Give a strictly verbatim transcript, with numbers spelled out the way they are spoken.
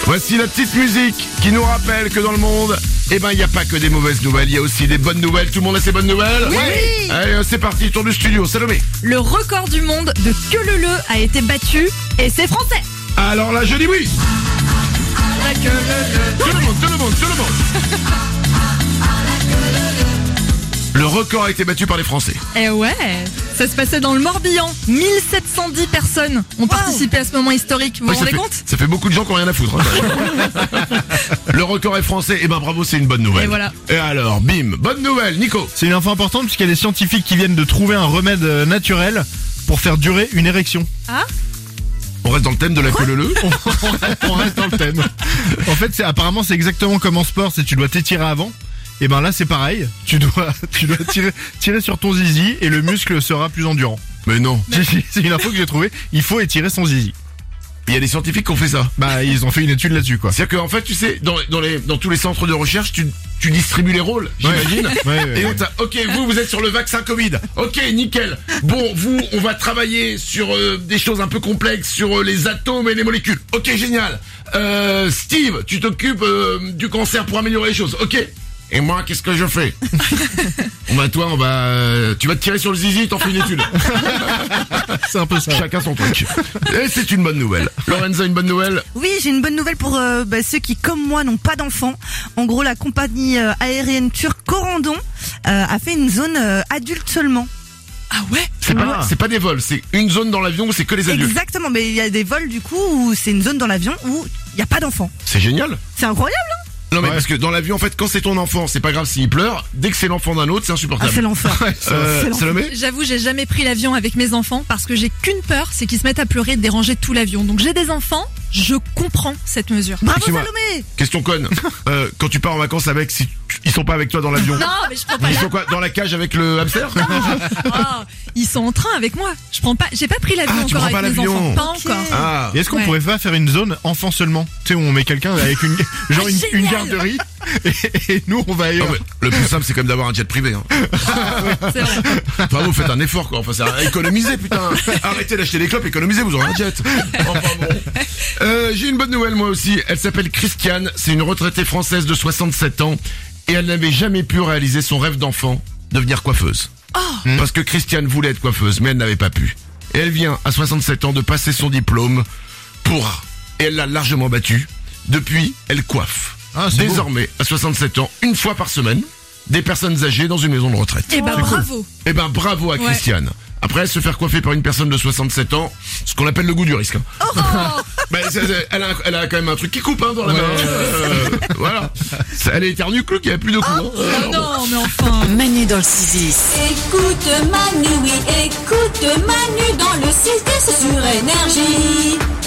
Voici la petite musique qui nous rappelle que dans le monde, eh ben, il n'y a pas que des mauvaises nouvelles, il y a aussi des bonnes nouvelles. Tout le monde a ses bonnes nouvelles? Oui. Allez, c'est parti, tour du studio, Salomé. Le record du monde de queue-leu-leu a été battu et c'est français. Alors là, je dis oui. La queue-leu-leu. Tout le monde, tout le monde, tout le monde. Le record a été battu par les Français. Eh ouais, ça se passait dans le Morbihan. mille sept cent dix personnes ont participé à ce moment historique. Vous vous Oui, ça rendez fait- compte? Ça fait beaucoup de gens qui n'ont rien à foutre. hein. Le record est français, et ben bravo, c'est une bonne nouvelle. Et voilà. Et alors, bim, bonne nouvelle, Nico. C'est une info importante puisqu'il y a des scientifiques qui viennent de trouver un remède euh, naturel pour faire durer une érection. Ah, On reste dans le thème de la queue leu. On on reste dans le thème. En fait, c'est apparemment c'est exactement comme en sport, c'est tu dois t'étirer avant. Et ben là c'est pareil, tu dois tu dois tirer tirer sur ton zizi et le muscle sera plus endurant. Mais non, Si, si, C'est une info que j'ai trouvée, il faut étirer son zizi. il y a des scientifiques qui ont fait ça. Bah ils ont fait une étude là-dessus quoi. C'est-à-dire qu'en fait, tu sais, dans, dans, les, dans tous les centres de recherche, tu, tu distribues les rôles, j'imagine. Ouais, ouais, Et ouais. on t'a, ok, vous, vous êtes sur le vaccin Covid. Ok, nickel. Bon, vous, on va travailler sur euh, des choses un peu complexes, sur euh, les atomes et les molécules. Ok, génial. Euh, Steve, tu t'occupes euh, du cancer pour améliorer les choses. Ok. Et moi, qu'est-ce que je fais? Bon bah toi, on va, euh, tu vas te tirer sur le zizi, t'en fais une étude. C'est un peu ça. Chacun son truc. Et c'est une bonne nouvelle. Lorenza, une bonne nouvelle? Oui, j'ai une bonne nouvelle pour euh, bah, ceux qui, comme moi, n'ont pas d'enfants. En gros, la compagnie euh, aérienne turque Corendon euh, a fait une zone euh, adulte seulement. ah ouais. C'est pas, c'est pas des vols, c'est une zone dans l'avion où c'est que les adultes. Exactement, mais il y a des vols du coup où c'est une zone dans l'avion où il n'y a pas d'enfants. C'est génial. C'est incroyable, hein? Non mais Ouais. parce que dans l'avion, en fait, quand c'est ton enfant, c'est pas grave s'il pleure. Dès que c'est l'enfant d'un autre, c'est Ah, insupportable. c'est l'enfer. Euh, c'est l'enfer. Salomé? J'avoue, j'ai jamais pris l'avion avec mes enfants parce que j'ai qu'une peur, c'est qu'ils se mettent à pleurer et de déranger tout l'avion. Donc j'ai des enfants, je comprends cette mesure. Bravo Excuse-moi. Salomé. Question conne. Euh, quand tu pars en vacances avec, si tu- ils sont pas avec toi dans l'avion. Non, mais je prends pas Ils la... sont quoi? Dans la cage avec le hamster? Oh, ils sont en train avec moi. Je prends pas, j'ai pas pris l'avion Ah, tu encore prends avec pas mes l'avion. enfants, pas Ok. encore. Ah. Et est-ce qu'on Ouais. pourrait pas faire une zone enfant seulement? Tu sais où on met quelqu'un avec une genre Ah, une, une génial. garderie et, et nous on va Non, ailleurs. mais le plus simple, c'est quand même d'avoir un jet privé. Hein. C'est vrai. Enfin, vous faites un effort, quoi. Enfin, c'est économiser, putain. Arrêtez d'acheter des clopes, économisez, vous aurez un jet. Enfin bon. Euh, j'ai une bonne nouvelle, moi aussi. Elle s'appelle Christiane. C'est une retraitée française de soixante-sept ans. Et elle n'avait jamais pu réaliser son rêve d'enfant, devenir coiffeuse. Parce que Christiane voulait être coiffeuse, mais elle n'avait pas pu. Et elle vient, à soixante-sept ans, de passer son diplôme pour... Et elle l'a largement battu. Depuis, elle coiffe. Ah, c'est beau. Désormais, à soixante-sept ans, une fois par semaine, des personnes âgées dans une maison de retraite. Eh ben, bravo. Eh ben bravo à Ouais. Christiane. Après, se faire coiffer par une personne de soixante-sept ans, ce qu'on appelle le goût du risque. Hein. Ben, c'est- c'est- elle, a, elle a quand même un truc qui coupe hein, dans la main. Euh, voilà. Ça- Elle est éternue, clou, qu'il n'y a plus de coups. hein. Euh, Oh non, mais enfin. Manu dans le six dix. Écoute Manu, oui, écoute Manu dans le six dix sur Énergie.